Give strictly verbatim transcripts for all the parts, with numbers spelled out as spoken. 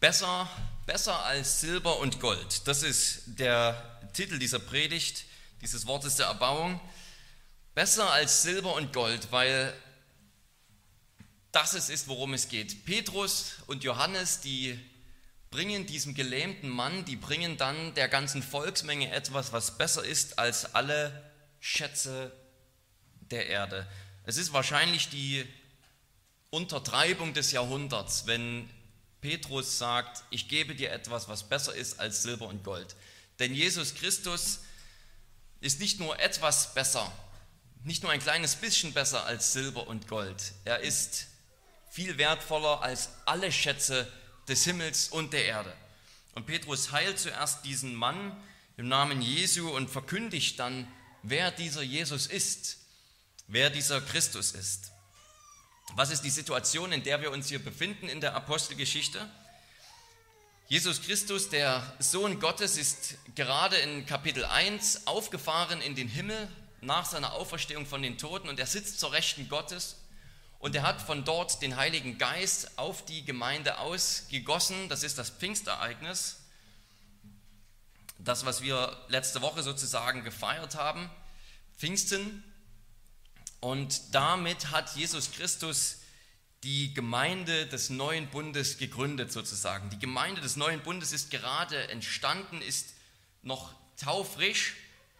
Besser, besser als Silber und Gold. Das ist der Titel dieser Predigt, dieses Wortes der Erbauung. Besser als Silber und Gold, weil das es ist, worum es geht. Petrus und Johannes, die bringen diesem gelähmten Mann, die bringen dann der ganzen Volksmenge etwas, was besser ist als alle Schätze der Erde. Es ist wahrscheinlich die Untertreibung des Jahrhunderts, wenn Petrus sagt, ich gebe dir etwas, was besser ist als Silber und Gold. Denn Jesus Christus ist nicht nur etwas besser, nicht nur ein kleines bisschen besser als Silber und Gold. Er ist viel wertvoller als alle Schätze des Himmels und der Erde. Und Petrus heilt zuerst diesen Mann im Namen Jesu und verkündigt dann, wer dieser Jesus ist, wer dieser Christus ist. Was ist die Situation, in der wir uns hier befinden in der Apostelgeschichte? Jesus Christus, der Sohn Gottes, ist gerade in Kapitel eins aufgefahren in den Himmel nach seiner Auferstehung von den Toten und er sitzt zur Rechten Gottes und er hat von dort den Heiligen Geist auf die Gemeinde ausgegossen. Das ist das Pfingstereignis, das, was wir letzte Woche sozusagen gefeiert haben, Pfingsten. Und damit hat Jesus Christus die Gemeinde des neuen Bundes gegründet sozusagen. Die Gemeinde des neuen Bundes ist gerade entstanden, ist noch taufrisch.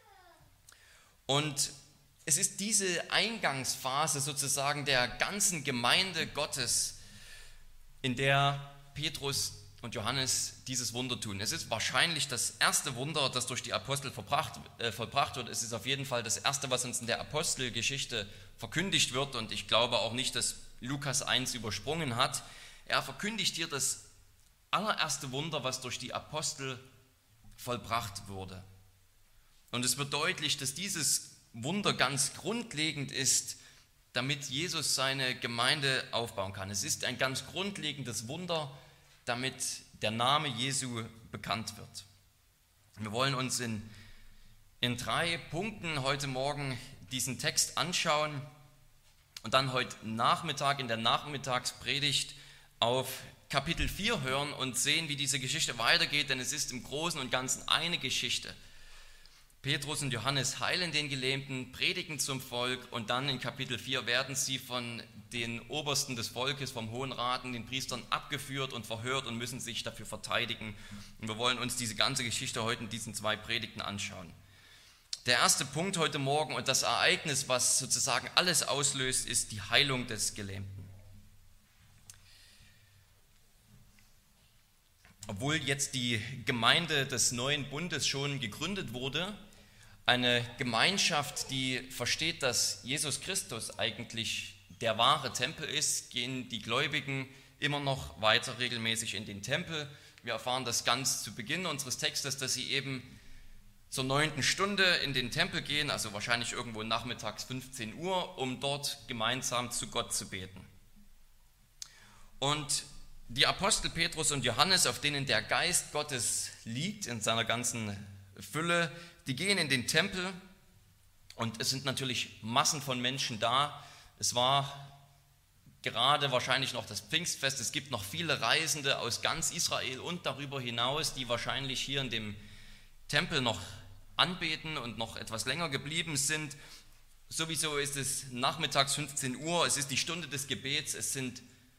Und es ist diese Eingangsphase sozusagen der ganzen Gemeinde Gottes, in der Petrus und Johannes dieses Wunder tun. Es ist wahrscheinlich das erste Wunder, das durch die Apostel vollbracht, äh, vollbracht wird. Es ist auf jeden Fall das erste, was uns in der Apostelgeschichte verkündigt wird. Und ich glaube auch nicht, dass Lukas eins übersprungen hat. Er verkündigt hier das allererste Wunder, was durch die Apostel vollbracht wurde. Und es wird deutlich, dass dieses Wunder ganz grundlegend ist, damit Jesus seine Gemeinde aufbauen kann. Es ist ein ganz grundlegendes Wunder, damit der Name Jesu bekannt wird. Wir wollen uns in, in drei Punkten heute Morgen diesen Text anschauen und dann heute Nachmittag in der Nachmittagspredigt auf Kapitel vier hören und sehen, wie diese Geschichte weitergeht, denn es ist im Großen und Ganzen eine Geschichte. Petrus und Johannes heilen den Gelähmten, predigen zum Volk und dann in Kapitel vier werden sie von den Obersten des Volkes, vom Hohen Rat und den Priestern abgeführt und verhört und müssen sich dafür verteidigen. Und wir wollen uns diese ganze Geschichte heute in diesen zwei Predigten anschauen. Der erste Punkt heute Morgen und das Ereignis, was sozusagen alles auslöst, ist die Heilung des Gelähmten. Obwohl jetzt die Gemeinde des neuen Bundes schon gegründet wurde, eine Gemeinschaft, die versteht, dass Jesus Christus eigentlich der wahre Tempel ist, gehen die Gläubigen immer noch weiter regelmäßig in den Tempel. Wir erfahren das ganz zu Beginn unseres Textes, dass sie eben zur neunten Stunde in den Tempel gehen, also wahrscheinlich irgendwo nachmittags fünfzehn Uhr, um dort gemeinsam zu Gott zu beten. Und die Apostel Petrus und Johannes, auf denen der Geist Gottes liegt in seiner ganzen Fülle, die gehen in den Tempel und es sind natürlich Massen von Menschen da. Es war gerade wahrscheinlich noch das Pfingstfest. Es gibt noch viele Reisende aus ganz Israel und darüber hinaus, die wahrscheinlich hier in dem Tempel noch anbeten und noch etwas länger geblieben sind. Sowieso ist es nachmittags fünfzehn Uhr, es ist die Stunde des Gebets, es sind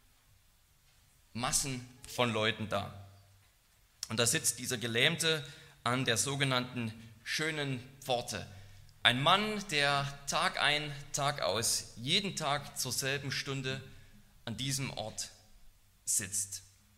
Massen von Leuten da. Und da sitzt dieser Gelähmte an der sogenannten schönen Pforte. Ein Mann, der Tag ein, Tag aus, jeden Tag zur selben Stunde an diesem Ort sitzt.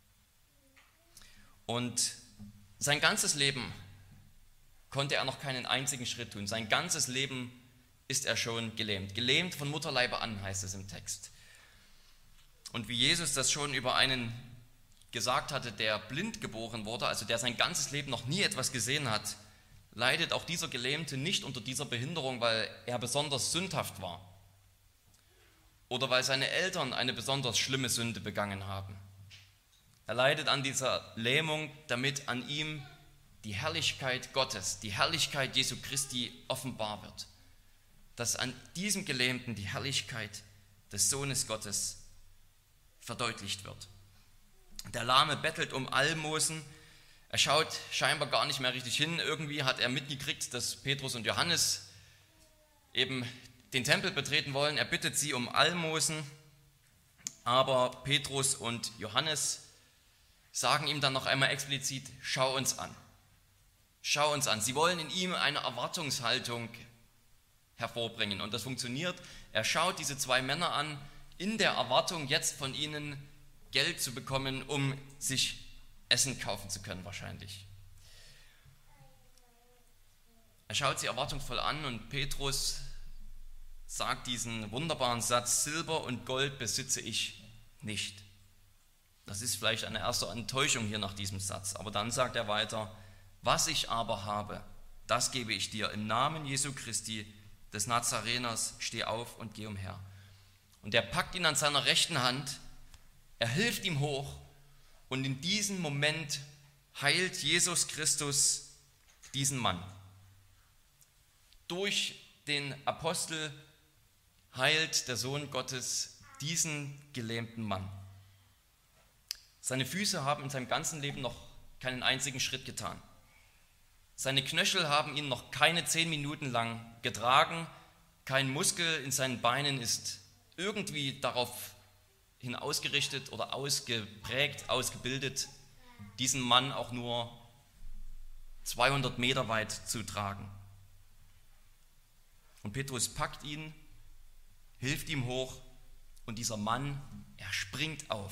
Und sein ganzes Leben konnte er noch keinen einzigen Schritt tun. Sein ganzes Leben ist er schon gelähmt. Gelähmt von Mutterleibe an, heißt es im Text. Und wie Jesus das schon über einen gesagt hatte, der blind geboren wurde, also der sein ganzes Leben noch nie etwas gesehen hat, leidet auch dieser Gelähmte nicht unter dieser Behinderung, weil er besonders sündhaft war oder weil seine Eltern eine besonders schlimme Sünde begangen haben. Er leidet an dieser Lähmung, damit an ihm die Herrlichkeit Gottes, die Herrlichkeit Jesu Christi offenbar wird. Dass an diesem Gelähmten die Herrlichkeit des Sohnes Gottes verdeutlicht wird. Der Lahme bettelt um Almosen. Er schaut scheinbar gar nicht mehr richtig hin. Irgendwie hat er mitgekriegt, dass Petrus und Johannes eben den Tempel betreten wollen. Er bittet sie um Almosen, aber Petrus und Johannes sagen ihm dann noch einmal explizit: Schau uns an. Schau uns an. Sie wollen in ihm eine Erwartungshaltung hervorbringen und das funktioniert. Er schaut diese zwei Männer an, in der Erwartung, jetzt von ihnen Geld zu bekommen, um sich Essen kaufen zu können wahrscheinlich. Er schaut sie erwartungsvoll an und Petrus sagt diesen wunderbaren Satz: Silber und Gold besitze ich nicht. Das ist vielleicht eine erste Enttäuschung hier nach diesem Satz, aber dann sagt er weiter: Was ich aber habe, das gebe ich dir. Im Namen Jesu Christi, des Nazareners, steh auf und geh umher. Und er packt ihn an seiner rechten Hand, er hilft ihm hoch und in diesem Moment heilt Jesus Christus diesen Mann. Durch den Apostel heilt der Sohn Gottes diesen gelähmten Mann. Seine Füße haben in seinem ganzen Leben noch keinen einzigen Schritt getan. Seine Knöchel haben ihn noch keine zehn Minuten lang getragen. Kein Muskel in seinen Beinen ist irgendwie darauf hin ausgerichtet oder ausgeprägt, ausgebildet, diesen Mann auch nur zweihundert Meter weit zu tragen. Und Petrus packt ihn, hilft ihm hoch und dieser Mann, er springt auf.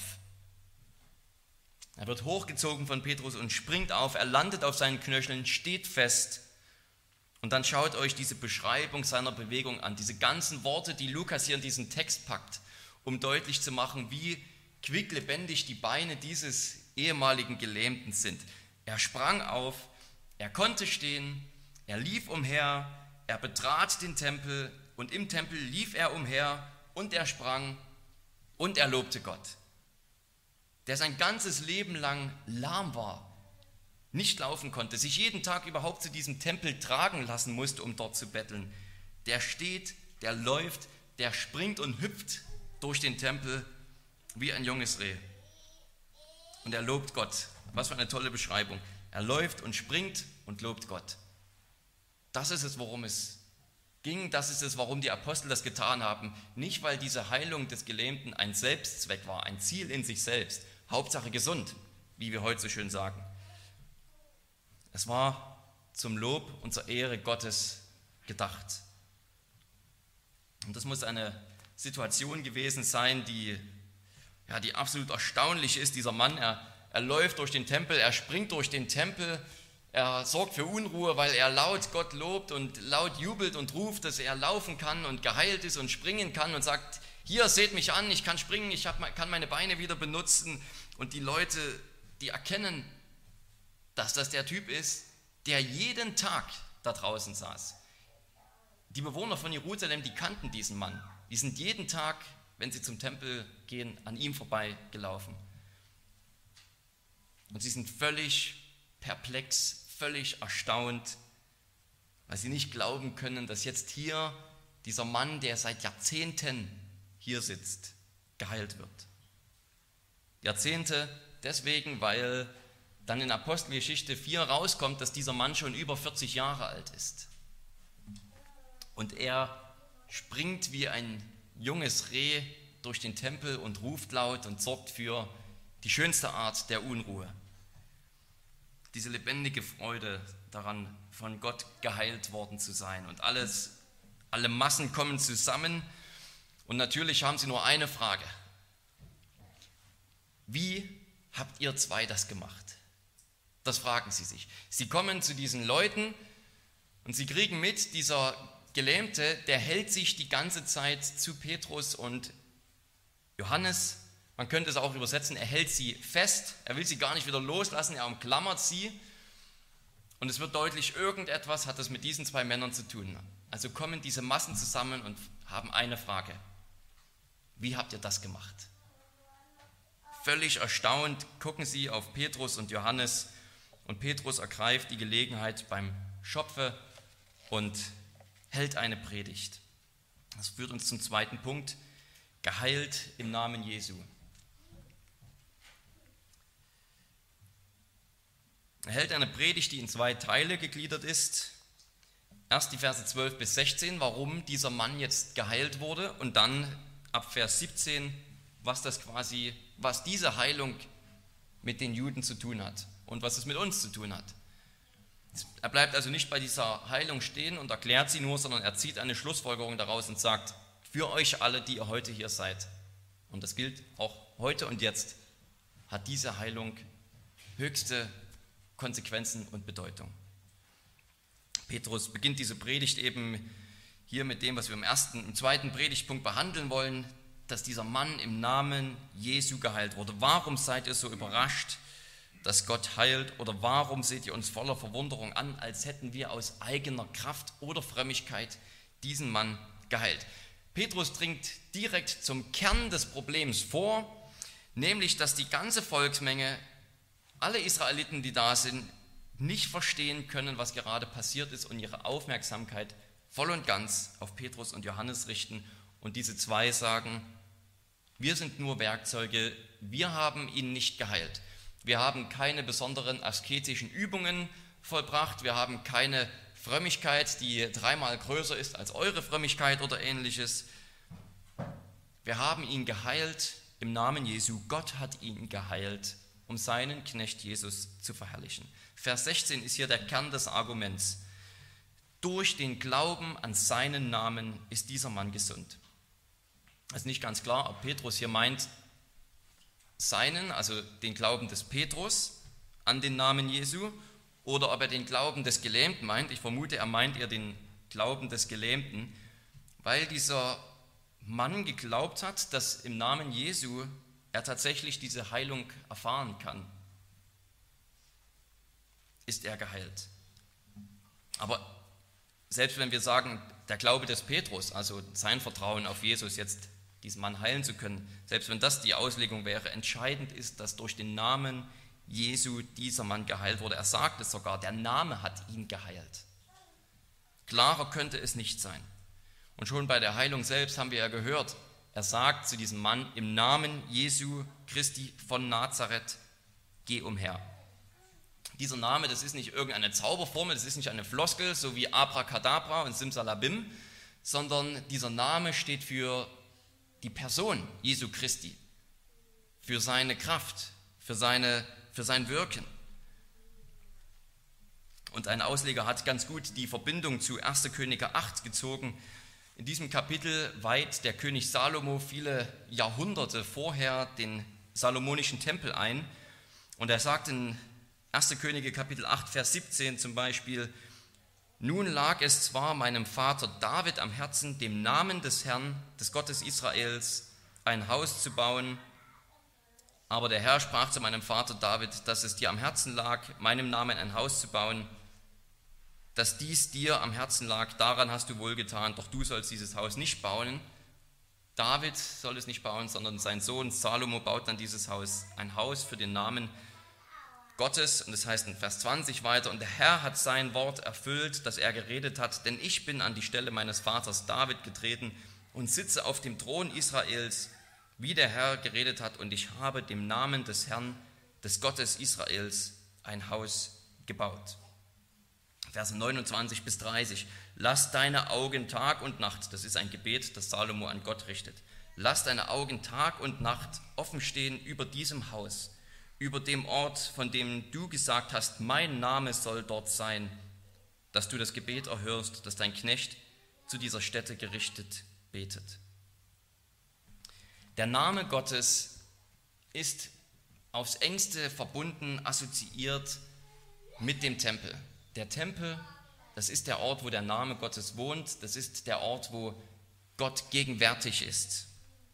Er wird hochgezogen von Petrus und springt auf, er landet auf seinen Knöcheln, steht fest. Und dann schaut euch diese Beschreibung seiner Bewegung an, diese ganzen Worte, die Lukas hier in diesen Text packt, um deutlich zu machen, wie quicklebendig die Beine dieses ehemaligen Gelähmten sind. Er sprang auf, er konnte stehen, er lief umher, er betrat den Tempel und im Tempel lief er umher und er sprang und er lobte Gott. Der sein ganzes Leben lang lahm war, nicht laufen konnte, sich jeden Tag überhaupt zu diesem Tempel tragen lassen musste, um dort zu betteln, der steht, der läuft, der springt und hüpft durch den Tempel wie ein junges Reh. Und er lobt Gott. Was für eine tolle Beschreibung. Er läuft und springt und lobt Gott. Das ist es, worum es ging. Das ist es, warum die Apostel das getan haben. Nicht, weil diese Heilung des Gelähmten ein Selbstzweck war, ein Ziel in sich selbst. Hauptsache gesund, wie wir heute so schön sagen. Es war zum Lob und zur Ehre Gottes gedacht. Und das muss eine Situation gewesen sein, die, ja, die absolut erstaunlich ist. Dieser Mann, er, er läuft durch den Tempel, er springt durch den Tempel, er sorgt für Unruhe, weil er laut Gott lobt und laut jubelt und ruft, dass er laufen kann und geheilt ist und springen kann und sagt: Hier, seht mich an, ich kann springen, ich hab, kann meine Beine wieder benutzen. Und die Leute, die erkennen, dass das der Typ ist, der jeden Tag da draußen saß. Die Bewohner von Jerusalem, die kannten diesen Mann. Die sind jeden Tag, wenn sie zum Tempel gehen, an ihm vorbeigelaufen. Und sie sind völlig perplex, völlig erstaunt, weil sie nicht glauben können, dass jetzt hier dieser Mann, der seit Jahrzehnten hier sitzt, geheilt wird. Jahrzehnte deswegen, weil dann in Apostelgeschichte vier rauskommt, dass dieser Mann schon über vierzig Jahre alt ist. Und er springt wie ein junges Reh durch den Tempel und ruft laut und sorgt für die schönste Art der Unruhe. Diese lebendige Freude daran, von Gott geheilt worden zu sein. Und alles, alle Massen kommen zusammen und natürlich haben sie nur eine Frage. Wie habt ihr zwei das gemacht? Das fragen sie sich. Sie kommen zu diesen Leuten und sie kriegen mit, dieser Gelähmte, der hält sich die ganze Zeit zu Petrus und Johannes. Man könnte es auch übersetzen, er hält sie fest, er will sie gar nicht wieder loslassen, er umklammert sie. Und es wird deutlich, irgendetwas hat es mit diesen zwei Männern zu tun. Also kommen diese Massen zusammen und haben eine Frage. Wie habt ihr das gemacht? Völlig erstaunt gucken sie auf Petrus und Johannes und Petrus ergreift die Gelegenheit beim Schopfe und hält eine Predigt. Das führt uns zum zweiten Punkt, geheilt im Namen Jesu. Er hält eine Predigt, die in zwei Teile gegliedert ist. Erst die Verse zwölf bis sechzehn, warum dieser Mann jetzt geheilt wurde, und dann ab Vers siebzehn, was das quasi, was diese Heilung mit den Juden zu tun hat und was es mit uns zu tun hat. Er bleibt also nicht bei dieser Heilung stehen und erklärt sie nur, sondern er zieht eine Schlussfolgerung daraus und sagt, für euch alle, die ihr heute hier seid, und das gilt auch heute und jetzt, hat diese Heilung höchste Konsequenzen und Bedeutung. Petrus beginnt diese Predigt eben hier mit dem, was wir im ersten, im zweiten Predigtpunkt behandeln wollen, dass dieser Mann im Namen Jesu geheilt wurde. Warum seid ihr so überrascht, dass Gott heilt? Oder warum seht ihr uns voller Verwunderung an, als hätten wir aus eigener Kraft oder Frömmigkeit diesen Mann geheilt? Petrus dringt direkt zum Kern des Problems vor, nämlich, dass die ganze Volksmenge, alle Israeliten, die da sind, nicht verstehen können, was gerade passiert ist und ihre Aufmerksamkeit voll und ganz auf Petrus und Johannes richten. Und diese zwei sagen, wir sind nur Werkzeuge, wir haben ihn nicht geheilt. Wir haben keine besonderen asketischen Übungen vollbracht, wir haben keine Frömmigkeit, die dreimal größer ist als eure Frömmigkeit oder ähnliches. Wir haben ihn geheilt im Namen Jesu. Gott hat ihn geheilt, um seinen Knecht Jesus zu verherrlichen. Vers sechzehn ist hier der Kern des Arguments. Durch den Glauben an seinen Namen ist dieser Mann gesund. Es ist nicht ganz klar, ob Petrus hier meint seinen, also den Glauben des Petrus an den Namen Jesu, oder ob er den Glauben des Gelähmten meint. Ich vermute, er meint eher den Glauben des Gelähmten, weil dieser Mann geglaubt hat, dass im Namen Jesu er tatsächlich diese Heilung erfahren kann. Ist er geheilt. Aber selbst wenn wir sagen, der Glaube des Petrus, also sein Vertrauen auf Jesus, jetzt diesen Mann heilen zu können, selbst wenn das die Auslegung wäre, entscheidend ist, dass durch den Namen Jesu dieser Mann geheilt wurde. Er sagt es sogar, der Name hat ihn geheilt. Klarer könnte es nicht sein. Und schon bei der Heilung selbst haben wir ja gehört, er sagt zu diesem Mann, im Namen Jesu Christi von Nazareth, geh umher. Dieser Name, das ist nicht irgendeine Zauberformel, das ist nicht eine Floskel, so wie Abracadabra und Simsalabim, sondern dieser Name steht für die Person Jesu Christi, für seine Kraft, für, seine, für sein Wirken. Und ein Ausleger hat ganz gut die Verbindung zu erster Könige acht gezogen. In diesem Kapitel weiht der König Salomo viele Jahrhunderte vorher den salomonischen Tempel ein. Und er sagt in erster Könige Kapitel acht, Vers siebzehn zum Beispiel, nun lag es zwar meinem Vater David am Herzen, dem Namen des Herrn, des Gottes Israels, ein Haus zu bauen, aber der Herr sprach zu meinem Vater David, dass es dir am Herzen lag, meinem Namen ein Haus zu bauen, dass dies dir am Herzen lag, daran hast du wohlgetan, doch du sollst dieses Haus nicht bauen. David soll es nicht bauen, sondern sein Sohn Salomo baut dann dieses Haus, ein Haus für den Namen Gottes. Und das heißt in Vers zwanzig weiter, und der Herr hat sein Wort erfüllt, das er geredet hat, denn ich bin an die Stelle meines Vaters David getreten und sitze auf dem Thron Israels, wie der Herr geredet hat, und ich habe dem Namen des Herrn, des Gottes Israels, ein Haus gebaut. Verse neunundzwanzig bis dreißig. Lass deine Augen Tag und Nacht, das ist ein Gebet, das Salomo an Gott richtet, lass deine Augen Tag und Nacht offen stehen über diesem Haus, über dem Ort, von dem du gesagt hast, mein Name soll dort sein, dass du das Gebet erhörst, das dein Knecht zu dieser Stätte gerichtet betet. Der Name Gottes ist aufs engste verbunden, assoziiert mit dem Tempel. Der Tempel, das ist der Ort, wo der Name Gottes wohnt, das ist der Ort, wo Gott gegenwärtig ist.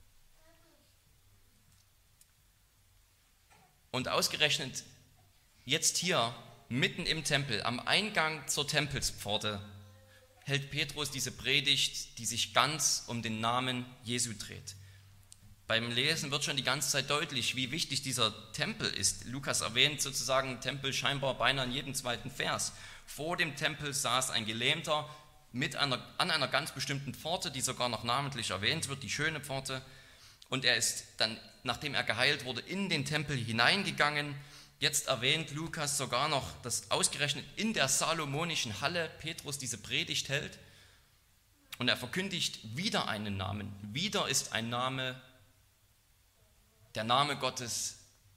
Und ausgerechnet jetzt hier, mitten im Tempel, am Eingang zur Tempelspforte, hält Petrus diese Predigt, die sich ganz um den Namen Jesu dreht. Beim Lesen wird schon die ganze Zeit deutlich, wie wichtig dieser Tempel ist. Lukas erwähnt sozusagen Tempel scheinbar beinahe in jedem zweiten Vers. Vor dem Tempel saß ein Gelähmter mit einer, an einer ganz bestimmten Pforte, die sogar noch namentlich erwähnt wird, die schöne Pforte. Und er ist dann, nachdem er geheilt wurde, in den Tempel hineingegangen Jetzt erwähnt Lukas sogar noch, dass ausgerechnet in der salomonischen Halle Petrus diese Predigt hält und er verkündigt wieder einen Namen. Wieder ist ein Name, der Name Gottes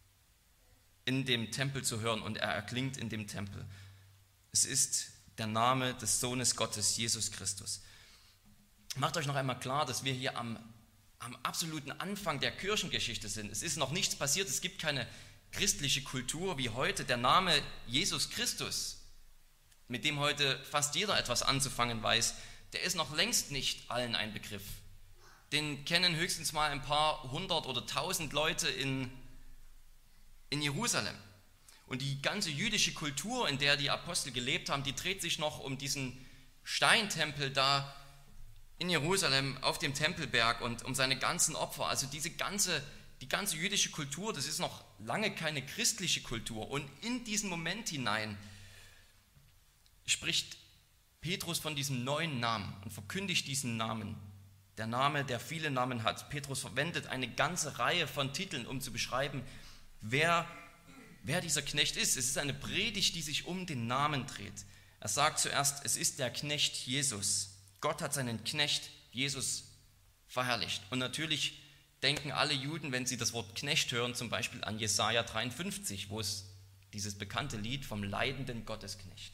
in dem Tempel zu hören und er erklingt in dem Tempel. Es ist der Name des Sohnes Gottes, Jesus Christus. Macht euch noch einmal klar, dass wir hier am, am absoluten Anfang der Kirchengeschichte sind. Es ist noch nichts passiert, es gibt keine christliche Kultur wie heute. Der Name Jesus Christus, mit dem heute fast jeder etwas anzufangen weiß, der ist noch längst nicht allen ein Begriff. Den kennen höchstens mal ein paar hundert oder tausend Leute in, in Jerusalem. Und die ganze jüdische Kultur, in der die Apostel gelebt haben, die dreht sich noch um diesen Steintempel da in Jerusalem auf dem Tempelberg und um seine ganzen Opfer. Also diese ganze, die ganze jüdische Kultur, das ist noch lange keine christliche Kultur. Und in diesen Moment hinein spricht Petrus von diesem neuen Namen und verkündigt diesen Namen. Der Name, der viele Namen hat. Petrus verwendet eine ganze Reihe von Titeln, um zu beschreiben, wer wer dieser Knecht ist. Es ist eine Predigt, die sich um den Namen dreht. Er sagt zuerst, es ist der Knecht Jesus. Gott hat seinen Knecht Jesus verherrlicht. Und natürlich denken alle Juden, wenn sie das Wort Knecht hören, zum Beispiel an Jesaja dreiundfünfzig, wo es dieses bekannte Lied vom leidenden Gottesknecht.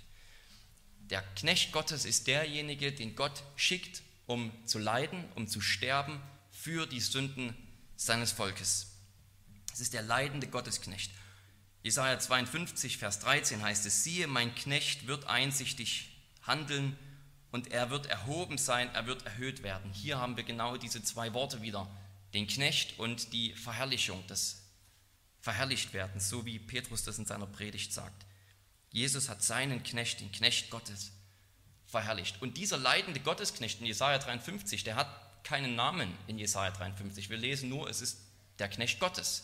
Der Knecht Gottes ist derjenige, den Gott schickt, um zu leiden, um zu sterben für die Sünden seines Volkes. Es ist der leidende Gottesknecht. Jesaja zweiundfünfzig, Vers dreizehn heißt es, siehe, mein Knecht wird einsichtig handeln und er wird erhoben sein, er wird erhöht werden. Hier haben wir genau diese zwei Worte wieder, den Knecht und die Verherrlichung, das Verherrlichtwerden, so wie Petrus das in seiner Predigt sagt. Jesus hat seinen Knecht, den Knecht Gottes, verherrlicht. Und dieser leidende Gottesknecht in Jesaja dreiundfünfzig, der hat keinen Namen in Jesaja dreiundfünfzig. Wir lesen nur, es ist der Knecht Gottes.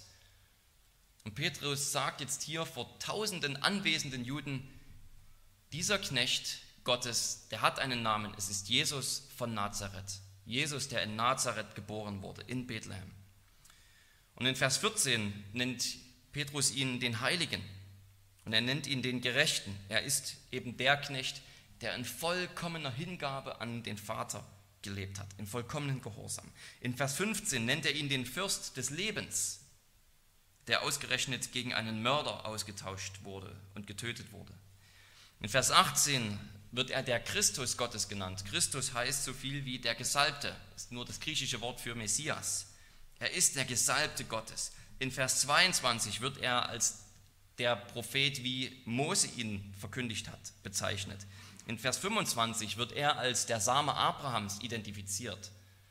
Und Petrus sagt jetzt hier vor tausenden anwesenden Juden, dieser Knecht Gottes, der hat einen Namen, es ist Jesus von Nazareth. Jesus, der in Nazareth geboren wurde, in Bethlehem. Und in Vers vierzehn nennt Petrus ihn den Heiligen und er nennt ihn den Gerechten. Er ist eben der Knecht, der in vollkommener Hingabe an den Vater gelebt hat, in vollkommenen Gehorsam. In Vers fünfzehn nennt er ihn den Fürst des Lebens, der ausgerechnet gegen einen Mörder ausgetauscht wurde und getötet wurde. In Vers achtzehn wird er der Christus Gottes genannt. Christus heißt so viel wie der Gesalbte, ist nur das griechische Wort für Messias. Er ist der Gesalbte Gottes. In Vers zweiundzwanzig wird er als der Prophet, wie Mose ihn verkündigt hat, bezeichnet. In Vers fünfundzwanzig wird er als der Same Abrahams identifiziert.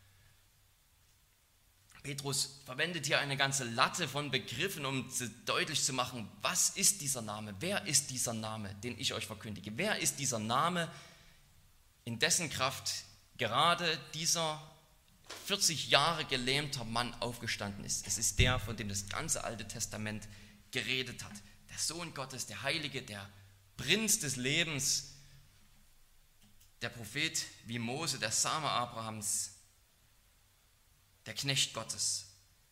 Petrus verwendet hier eine ganze Latte von Begriffen, um deutlich zu machen, was ist dieser Name? Wer ist dieser Name, den ich euch verkündige? Wer ist dieser Name, in dessen Kraft gerade dieser vierzig Jahre gelähmter Mann aufgestanden ist? Es ist der, von dem das ganze Alte Testament geredet hat. Der Sohn Gottes, der Heilige, der Prinz des Lebens, der Prophet wie Mose, der Same Abrahams, der Knecht Gottes.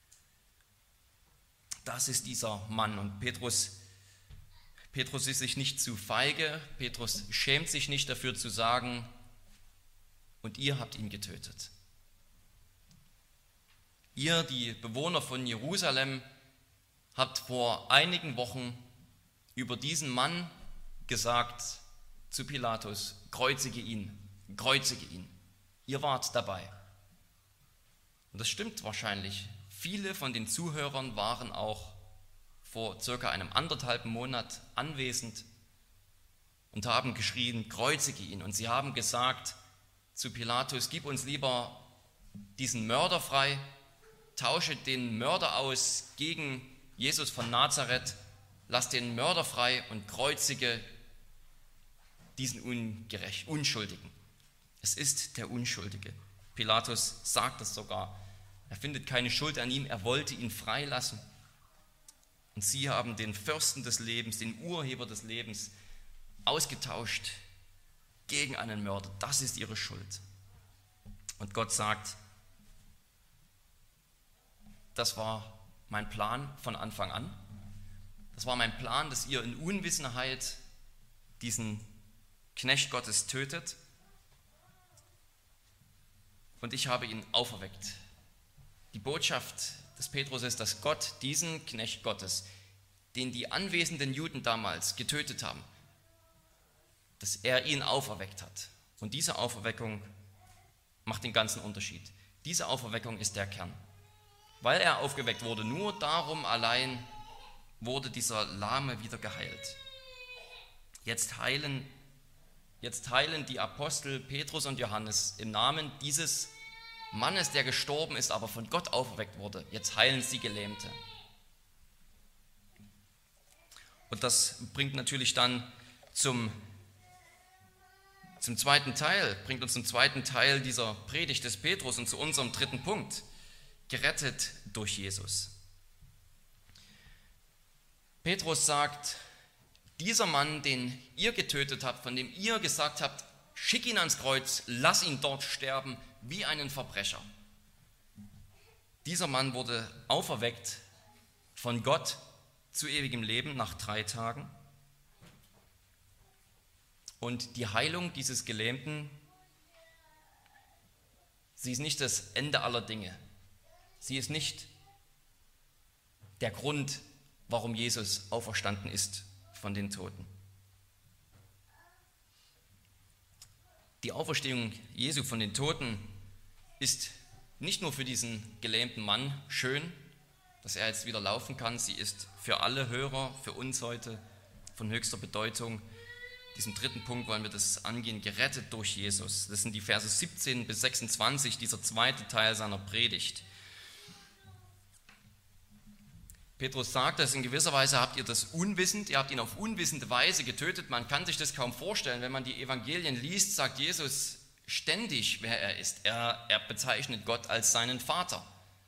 Das ist dieser Mann. Und Petrus, Petrus ist sich nicht zu feige, Petrus schämt sich nicht dafür zu sagen, und ihr habt ihn getötet. Ihr, die Bewohner von Jerusalem, habt vor einigen Wochen über diesen Mann gesagt zu Pilatus, kreuzige ihn, kreuzige ihn. Ihr wart dabei. Und das stimmt wahrscheinlich. Viele von den Zuhörern waren auch vor circa einem anderthalben Monat anwesend und haben geschrien, kreuzige ihn. Und sie haben gesagt zu Pilatus, gib uns lieber diesen Mörder frei, tausche den Mörder aus gegen Jesus von Nazareth, lass den Mörder frei und kreuzige diesen Ungerecht, Unschuldigen. Es ist der Unschuldige. Pilatus sagt es sogar. Er findet keine Schuld an ihm, er wollte ihn freilassen. Und sie haben den Fürsten des Lebens, den Urheber des Lebens, ausgetauscht gegen einen Mörder. Das ist ihre Schuld. Und Gott sagt, das war mein Plan von Anfang an. das war mein Plan, dass ihr in Unwissenheit diesen Knecht Gottes tötet. Und ich habe ihn auferweckt. Die Botschaft des Petrus ist, dass Gott diesen Knecht Gottes, den die anwesenden Juden damals getötet haben, dass er ihn auferweckt hat. Und diese Auferweckung macht den ganzen Unterschied. Diese Auferweckung ist der Kern. Weil er aufgeweckt wurde, nur darum allein wurde dieser Lahme wieder geheilt. Jetzt heilen, jetzt heilen die Apostel Petrus und Johannes im Namen dieses Mannes, der gestorben ist, aber von Gott auferweckt wurde. Jetzt heilen sie Gelähmte. Und das bringt natürlich dann zum, zum zweiten Teil, bringt uns zum zweiten Teil dieser Predigt des Petrus und zu unserem dritten Punkt. Gerettet durch Jesus. Petrus sagt, dieser Mann, den ihr getötet habt, von dem ihr gesagt habt, schick ihn ans Kreuz, lass ihn dort sterben, wie einen Verbrecher. Dieser Mann wurde auferweckt von Gott zu ewigem Leben nach drei Tagen. Und die Heilung dieses Gelähmten, sie ist nicht das Ende aller Dinge. Sie ist nicht der Grund, warum Jesus auferstanden ist von den Toten. Die Auferstehung Jesu von den Toten ist nicht nur für diesen gelähmten Mann schön, dass er jetzt wieder laufen kann, sie ist für alle Hörer, für uns heute von höchster Bedeutung. Diesem dritten Punkt wollen wir das angehen, gerettet durch Jesus. Das sind die Verse siebzehn bis sechsundzwanzig, dieser zweite Teil seiner Predigt. Petrus sagt, dass in gewisser Weise habt ihr das unwissend, ihr habt ihn auf unwissende Weise getötet. Man kann sich das kaum vorstellen. Wenn man die Evangelien liest, sagt Jesus ständig, wer er ist. Er, er bezeichnet Gott als seinen Vater.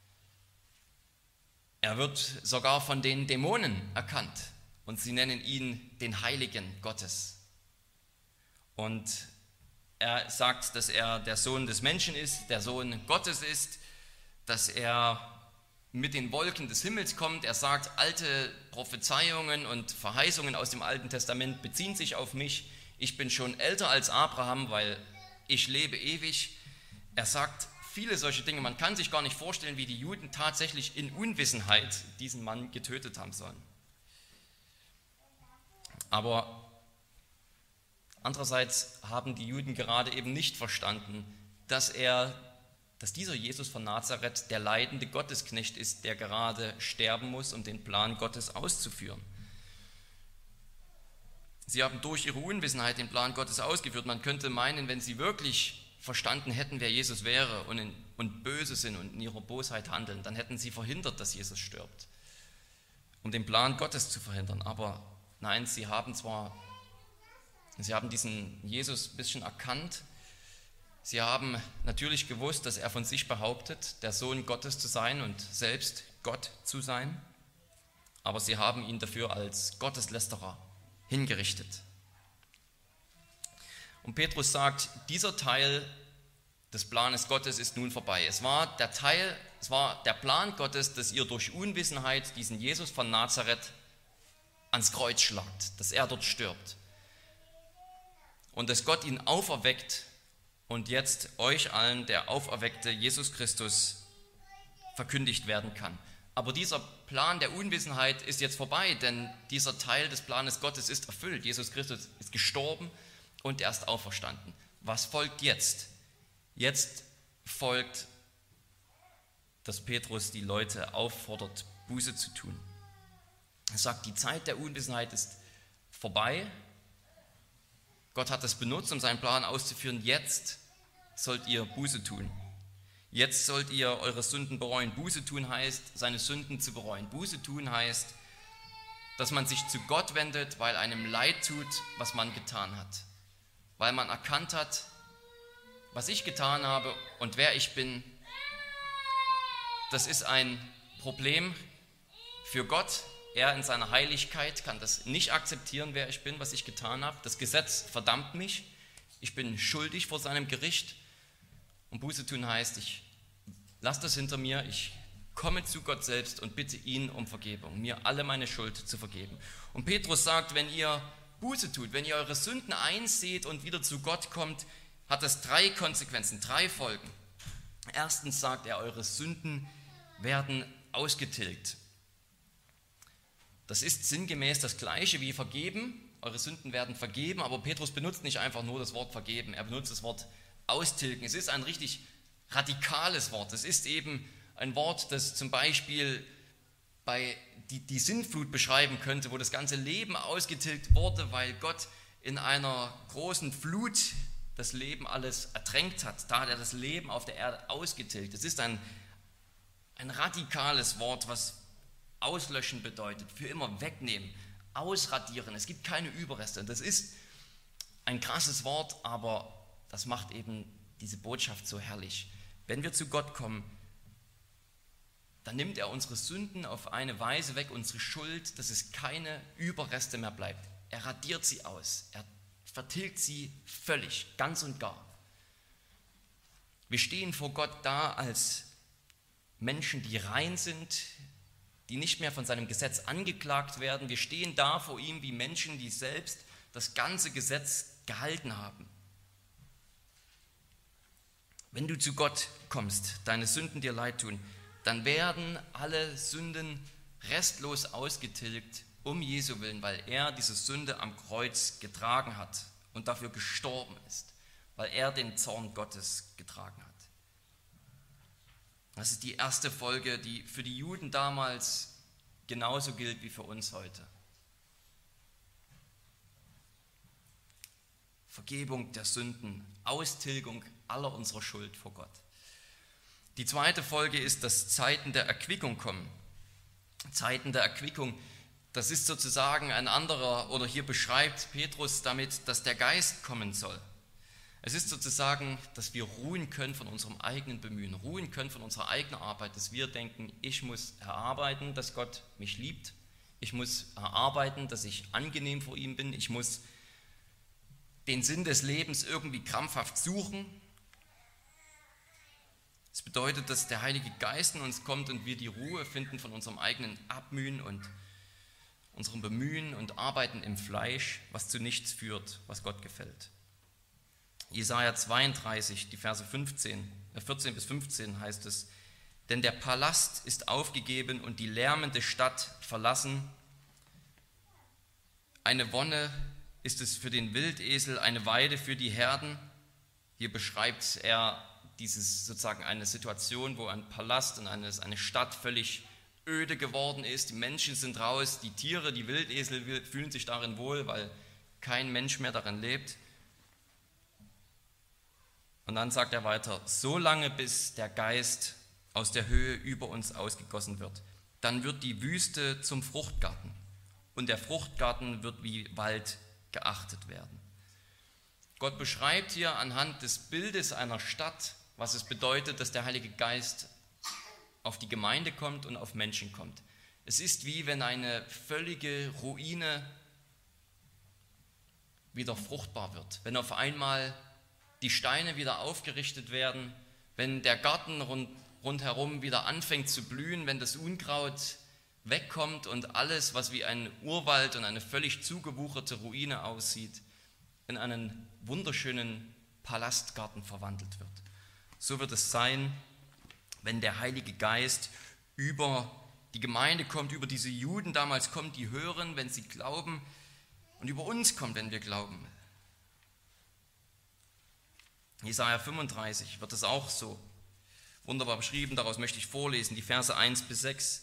Er wird sogar von den Dämonen erkannt und sie nennen ihn den Heiligen Gottes. Und er sagt, dass er der Sohn des Menschen ist, der Sohn Gottes ist, dass er mit den Wolken des Himmels kommt. Er sagt, alte Prophezeiungen und Verheißungen aus dem Alten Testament beziehen sich auf mich. Ich bin schon älter als Abraham, weil ich lebe ewig. Er sagt viele solche Dinge. Man kann sich gar nicht vorstellen, wie die Juden tatsächlich in Unwissenheit diesen Mann getötet haben sollen. Aber andererseits haben die Juden gerade eben nicht verstanden, dass er dass dieser Jesus von Nazareth der leidende Gottesknecht ist, der gerade sterben muss, um den Plan Gottes auszuführen. Sie haben durch ihre Unwissenheit den Plan Gottes ausgeführt. Man könnte meinen, wenn sie wirklich verstanden hätten, wer Jesus wäre und, in, und böse sind und in ihrer Bosheit handeln, dann hätten sie verhindert, dass Jesus stirbt, um den Plan Gottes zu verhindern. Aber nein, sie haben zwar, sie haben diesen Jesus ein bisschen erkannt. Sie haben natürlich gewusst, dass er von sich behauptet, der Sohn Gottes zu sein und selbst Gott zu sein, aber sie haben ihn dafür als Gotteslästerer hingerichtet. Und Petrus sagt, dieser Teil des Planes Gottes ist nun vorbei. Es war der Teil, es war der Plan Gottes, dass ihr durch Unwissenheit diesen Jesus von Nazareth ans Kreuz schlagt, dass er dort stirbt und dass Gott ihn auferweckt und jetzt euch allen der auferweckte Jesus Christus verkündigt werden kann. Aber dieser Plan der Unwissenheit ist jetzt vorbei, denn dieser Teil des Planes Gottes ist erfüllt. Jesus Christus ist gestorben und er ist auferstanden. Was folgt jetzt? Jetzt folgt, dass Petrus die Leute auffordert, Buße zu tun. Er sagt, die Zeit der Unwissenheit ist vorbei. Gott hat das benutzt, um seinen Plan auszuführen. Jetzt sollt ihr Buße tun. Jetzt sollt ihr eure Sünden bereuen. Buße tun heißt, seine Sünden zu bereuen. Buße tun heißt, dass man sich zu Gott wendet, weil einem leid tut, was man getan hat. Weil man erkannt hat, was ich getan habe und wer ich bin. Das ist ein Problem für Gott. Er in seiner Heiligkeit kann das nicht akzeptieren, wer ich bin, was ich getan habe. Das Gesetz verdammt mich. Ich bin schuldig vor seinem Gericht. Und Buße tun heißt, ich lasse das hinter mir, ich komme zu Gott selbst und bitte ihn um Vergebung, mir alle meine Schuld zu vergeben. Und Petrus sagt, wenn ihr Buße tut, wenn ihr eure Sünden einseht und wieder zu Gott kommt, hat das drei Konsequenzen, drei Folgen. Erstens sagt er, eure Sünden werden ausgetilgt. Das ist sinngemäß das Gleiche wie vergeben. Eure Sünden werden vergeben, aber Petrus benutzt nicht einfach nur das Wort vergeben, er benutzt das Wort austilgen. Es ist ein richtig radikales Wort. Es ist eben ein Wort, das zum Beispiel bei die, die Sintflut beschreiben könnte, wo das ganze Leben ausgetilgt wurde, weil Gott in einer großen Flut das Leben alles ertränkt hat. Da hat er das Leben auf der Erde ausgetilgt. Es ist ein, ein radikales Wort, was auslöschen bedeutet, für immer wegnehmen, ausradieren. Es gibt keine Überreste. Das ist ein krasses Wort, aber das macht eben diese Botschaft so herrlich. Wenn wir zu Gott kommen, dann nimmt er unsere Sünden auf eine Weise weg, unsere Schuld, dass es keine Überreste mehr bleibt. Er radiert sie aus. Er vertilgt sie völlig, ganz und gar. Wir stehen vor Gott da als Menschen, die rein sind, die nicht mehr von seinem Gesetz angeklagt werden. Wir stehen da vor ihm wie Menschen, die selbst das ganze Gesetz gehalten haben. Wenn du zu Gott kommst, deine Sünden dir leid tun, dann werden alle Sünden restlos ausgetilgt, um Jesu willen, weil er diese Sünde am Kreuz getragen hat und dafür gestorben ist, weil er den Zorn Gottes getragen hat. Das ist die erste Folge, die für die Juden damals genauso gilt wie für uns heute. Vergebung der Sünden, Austilgung aller unserer Schuld vor Gott. Die zweite Folge ist, dass Zeiten der Erquickung kommen. Zeiten der Erquickung, das ist sozusagen ein anderer, oder hier beschreibt Petrus damit, dass der Geist kommen soll. Es ist sozusagen, dass wir ruhen können von unserem eigenen Bemühen, ruhen können von unserer eigenen Arbeit, dass wir denken, ich muss erarbeiten, dass Gott mich liebt, ich muss erarbeiten, dass ich angenehm vor ihm bin, ich muss den Sinn des Lebens irgendwie krampfhaft suchen. Das bedeutet, dass der Heilige Geist in uns kommt und wir die Ruhe finden von unserem eigenen Abmühen und unserem Bemühen und Arbeiten im Fleisch, was zu nichts führt, was Gott gefällt. Jesaja zweiunddreißig, die Verse fünfzehn, vierzehn bis fünfzehn heißt es: Denn der Palast ist aufgegeben und die lärmende Stadt verlassen. Eine Wonne ist es für den Wildesel, eine Weide für die Herden. Hier beschreibt er dieses sozusagen eine Situation, wo ein Palast und eine, eine Stadt völlig öde geworden ist. Die Menschen sind raus, die Tiere, die Wildesel fühlen sich darin wohl, weil kein Mensch mehr darin lebt. Und dann sagt er weiter: So lange, bis der Geist aus der Höhe über uns ausgegossen wird. Dann wird die Wüste zum Fruchtgarten und der Fruchtgarten wird wie Wald geachtet werden. Gott beschreibt hier anhand des Bildes einer Stadt, was es bedeutet, dass der Heilige Geist auf die Gemeinde kommt und auf Menschen kommt. Es ist wie wenn eine völlige Ruine wieder fruchtbar wird, wenn auf einmal die Steine wieder aufgerichtet werden, wenn der Garten rund, rundherum wieder anfängt zu blühen, wenn das Unkraut wegkommt und alles, was wie ein Urwald und eine völlig zugewucherte Ruine aussieht, in einen wunderschönen Palastgarten verwandelt wird. So wird es sein, wenn der Heilige Geist über die Gemeinde kommt, über diese Juden damals kommt, die hören, wenn sie glauben, und über uns kommt, wenn wir glauben. Jesaja fünfunddreißig wird es auch so wunderbar beschrieben, daraus möchte ich vorlesen, die Verse eins bis sechs.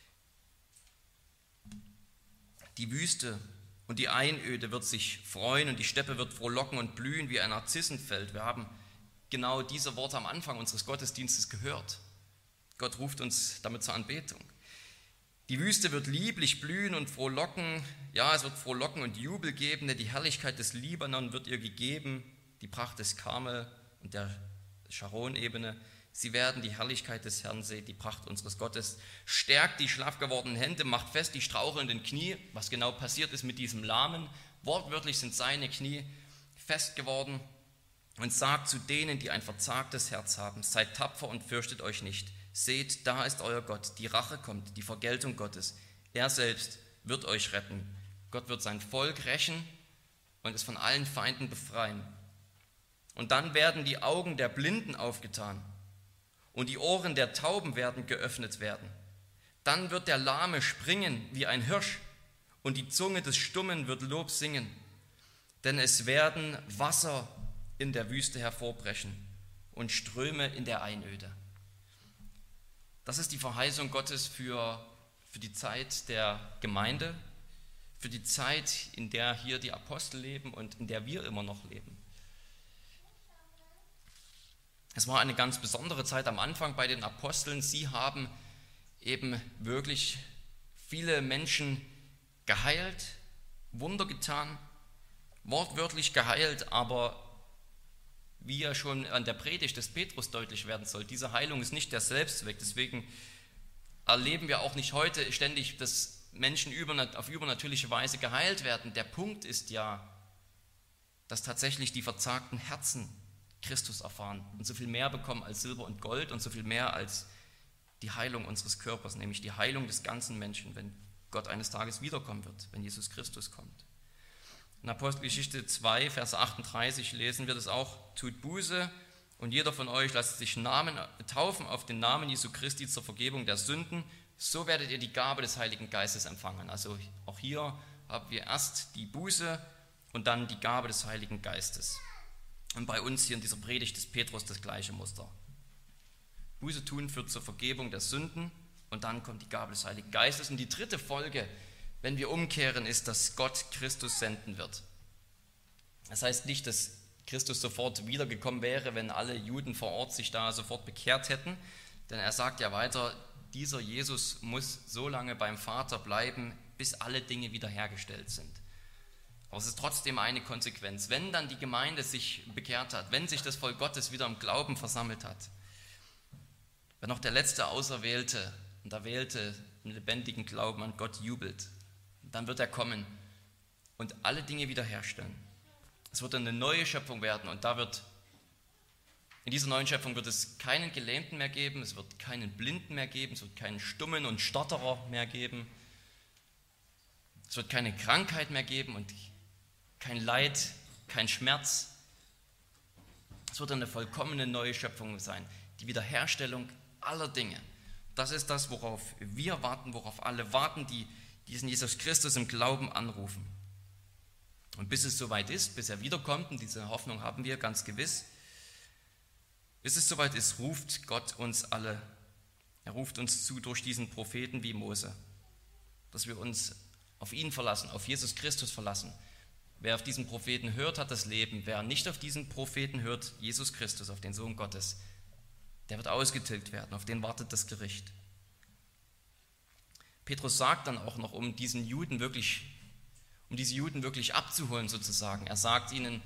Die Wüste und die Einöde wird sich freuen und die Steppe wird frohlocken und blühen wie ein Narzissenfeld. Wir haben genau diese Worte am Anfang unseres Gottesdienstes gehört. Gott ruft uns damit zur Anbetung. Die Wüste wird lieblich blühen und frohlocken. Ja, es wird Frohlocken und Jubel geben, denn die Herrlichkeit des Libanon wird ihr gegeben, die Pracht des Karmel und der Sharon-Ebene. Sie werden die Herrlichkeit des Herrn sehen, die Pracht unseres Gottes. Stärkt die schlaff gewordenen Hände, macht fest die strauchelnden Knie. Was genau passiert ist mit diesem Lahmen? Wortwörtlich sind seine Knie fest geworden. Und sagt zu denen, die ein verzagtes Herz haben: Seid tapfer und fürchtet euch nicht. Seht, da ist euer Gott, die Rache kommt, die Vergeltung Gottes. Er selbst wird euch retten. Gott wird sein Volk rächen und es von allen Feinden befreien. Und dann werden die Augen der Blinden aufgetan und die Ohren der Tauben werden geöffnet werden. Dann wird der Lahme springen wie ein Hirsch und die Zunge des Stummen wird Lob singen. Denn es werden Wasser in der Wüste hervorbrechen und Ströme in der Einöde. Das ist die Verheißung Gottes für, für die Zeit der Gemeinde, für die Zeit, in der hier die Apostel leben und in der wir immer noch leben. Es war eine ganz besondere Zeit am Anfang bei den Aposteln. Sie haben eben wirklich viele Menschen geheilt, Wunder getan, wortwörtlich geheilt, aber wie ja schon an der Predigt des Petrus deutlich werden soll, diese Heilung ist nicht der Selbstzweck. Deswegen erleben wir auch nicht heute ständig, dass Menschen auf übernatürliche Weise geheilt werden. Der Punkt ist ja, dass tatsächlich die verzagten Herzen Christus erfahren und so viel mehr bekommen als Silber und Gold und so viel mehr als die Heilung unseres Körpers, nämlich die Heilung des ganzen Menschen, wenn Gott eines Tages wiederkommen wird, wenn Jesus Christus kommt. In Apostelgeschichte zwei, Vers achtunddreißig lesen wir das auch: Tut Buße und jeder von euch lasst sich Namen, taufen auf den Namen Jesu Christi zur Vergebung der Sünden, so werdet ihr die Gabe des Heiligen Geistes empfangen. Also auch hier haben wir erst die Buße und dann die Gabe des Heiligen Geistes. Und bei uns hier in dieser Predigt des Petrus das gleiche Muster. Buße tun führt zur Vergebung der Sünden und dann kommt die Gabe des Heiligen Geistes. Und die dritte Folge, wenn wir umkehren, ist, dass Gott Christus senden wird. Das heißt nicht, dass Christus sofort wiedergekommen wäre, wenn alle Juden vor Ort sich da sofort bekehrt hätten, denn er sagt ja weiter, dieser Jesus muss so lange beim Vater bleiben, bis alle Dinge wiederhergestellt sind. Aber es ist trotzdem eine Konsequenz. Wenn dann die Gemeinde sich bekehrt hat, wenn sich das Volk Gottes wieder im Glauben versammelt hat, wenn auch der letzte Auserwählte und Erwählte im lebendigen Glauben an Gott jubelt, dann wird er kommen und alle Dinge wiederherstellen. Es wird eine neue Schöpfung werden und da wird, in dieser neuen Schöpfung wird es keinen Gelähmten mehr geben, es wird keinen Blinden mehr geben, es wird keinen Stummen und Stotterer mehr geben, es wird keine Krankheit mehr geben und kein Leid, kein Schmerz. Es wird eine vollkommene neue Schöpfung sein, die Wiederherstellung aller Dinge. Das ist das, worauf wir warten, worauf alle warten, die diesen Jesus Christus im Glauben anrufen. Und bis es soweit ist, bis er wiederkommt, und diese Hoffnung haben wir ganz gewiss, bis es soweit ist, ruft Gott uns alle, er ruft uns zu durch diesen Propheten wie Mose, dass wir uns auf ihn verlassen, auf Jesus Christus verlassen. Wer auf diesen Propheten hört, hat das Leben. Wer nicht auf diesen Propheten hört, Jesus Christus, auf den Sohn Gottes, der wird ausgetilgt werden, auf den wartet das Gericht. Petrus sagt dann auch noch, um diesen Juden wirklich, um diese Juden wirklich abzuholen sozusagen, er sagt ihnen,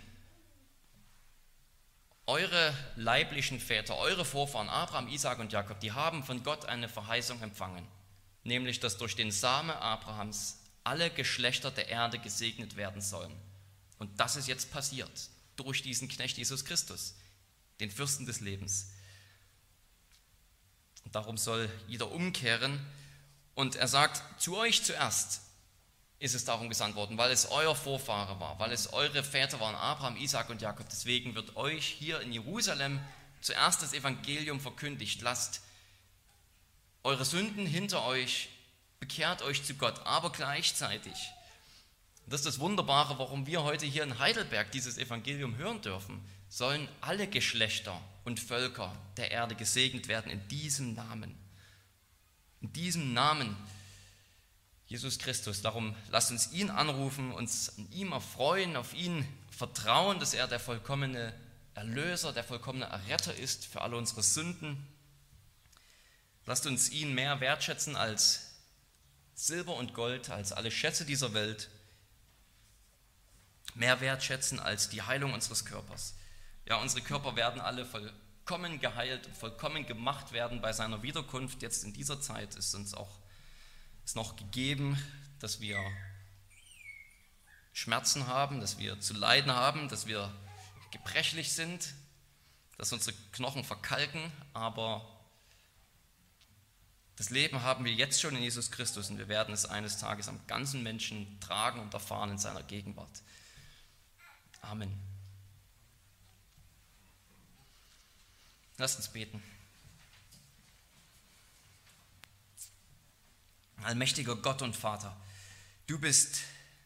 eure leiblichen Väter, eure Vorfahren, Abraham, Isaak und Jakob, die haben von Gott eine Verheißung empfangen, nämlich, dass durch den Same Abrahams alle Geschlechter der Erde gesegnet werden sollen. Und das ist jetzt passiert, durch diesen Knecht Jesus Christus, den Fürsten des Lebens. Und darum soll jeder umkehren. Und er sagt, zu euch zuerst ist es darum gesandt worden, weil es euer Vorfahre war, weil es eure Väter waren, Abraham, Isaak und Jakob. Deswegen wird euch hier in Jerusalem zuerst das Evangelium verkündigt. Lasst eure Sünden hinter euch, bekehrt euch zu Gott, aber gleichzeitig, das ist das Wunderbare, warum wir heute hier in Heidelberg dieses Evangelium hören dürfen, sollen alle Geschlechter und Völker der Erde gesegnet werden in diesem Namen. In diesem Namen Jesus Christus. Darum lasst uns ihn anrufen, uns an ihm erfreuen, auf ihn vertrauen, dass er der vollkommene Erlöser, der vollkommene Erretter ist für alle unsere Sünden. Lasst uns ihn mehr wertschätzen als Silber und Gold, als alle Schätze dieser Welt, mehr wertschätzen als die Heilung unseres Körpers. Ja, unsere Körper werden alle vollkommen geheilt und vollkommen gemacht werden bei seiner Wiederkunft. Jetzt in dieser Zeit ist uns auch ist noch gegeben, dass wir Schmerzen haben, dass wir zu leiden haben, dass wir gebrechlich sind, dass unsere Knochen verkalken, aber Das Leben haben wir jetzt schon in Jesus Christus und wir werden es eines Tages am ganzen Menschen tragen und erfahren in seiner Gegenwart. Amen. Lasst uns beten. Allmächtiger Gott und Vater, du bist,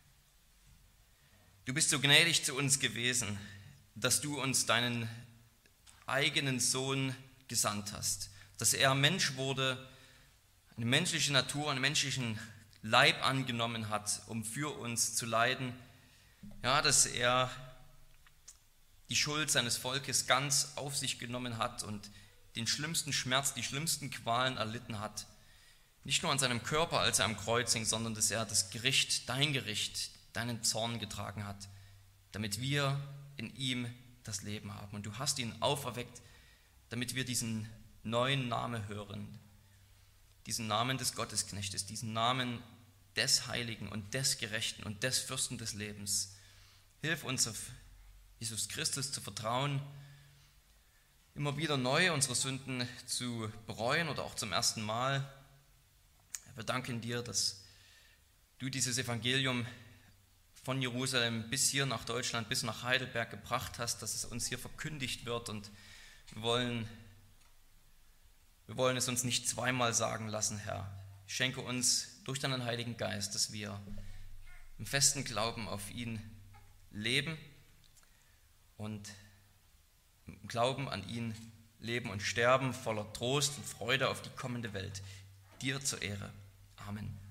du bist so gnädig zu uns gewesen, dass du uns deinen eigenen Sohn gesandt hast, dass er Mensch wurde, eine menschliche Natur, einen menschlichen Leib angenommen hat, um für uns zu leiden. Ja, dass er die Schuld seines Volkes ganz auf sich genommen hat und den schlimmsten Schmerz, die schlimmsten Qualen erlitten hat. Nicht nur an seinem Körper, als er am Kreuz hing, sondern dass er das Gericht, dein Gericht, deinen Zorn getragen hat, damit wir in ihm das Leben haben. Und du hast ihn auferweckt, damit wir diesen neuen Namen hören, diesen Namen des Gottesknechtes, diesen Namen des Heiligen und des Gerechten und des Fürsten des Lebens. Hilf uns, auf Jesus Christus zu vertrauen, immer wieder neu unsere Sünden zu bereuen oder auch zum ersten Mal. Wir danken dir, dass du dieses Evangelium von Jerusalem bis hier nach Deutschland, bis nach Heidelberg gebracht hast, dass es uns hier verkündigt wird und wir wollen, wir wollen es uns nicht zweimal sagen lassen, Herr. Schenke uns durch deinen Heiligen Geist, dass wir im festen Glauben auf ihn leben und im Glauben an ihn leben und sterben, voller Trost und Freude auf die kommende Welt. Dir zur Ehre. Amen.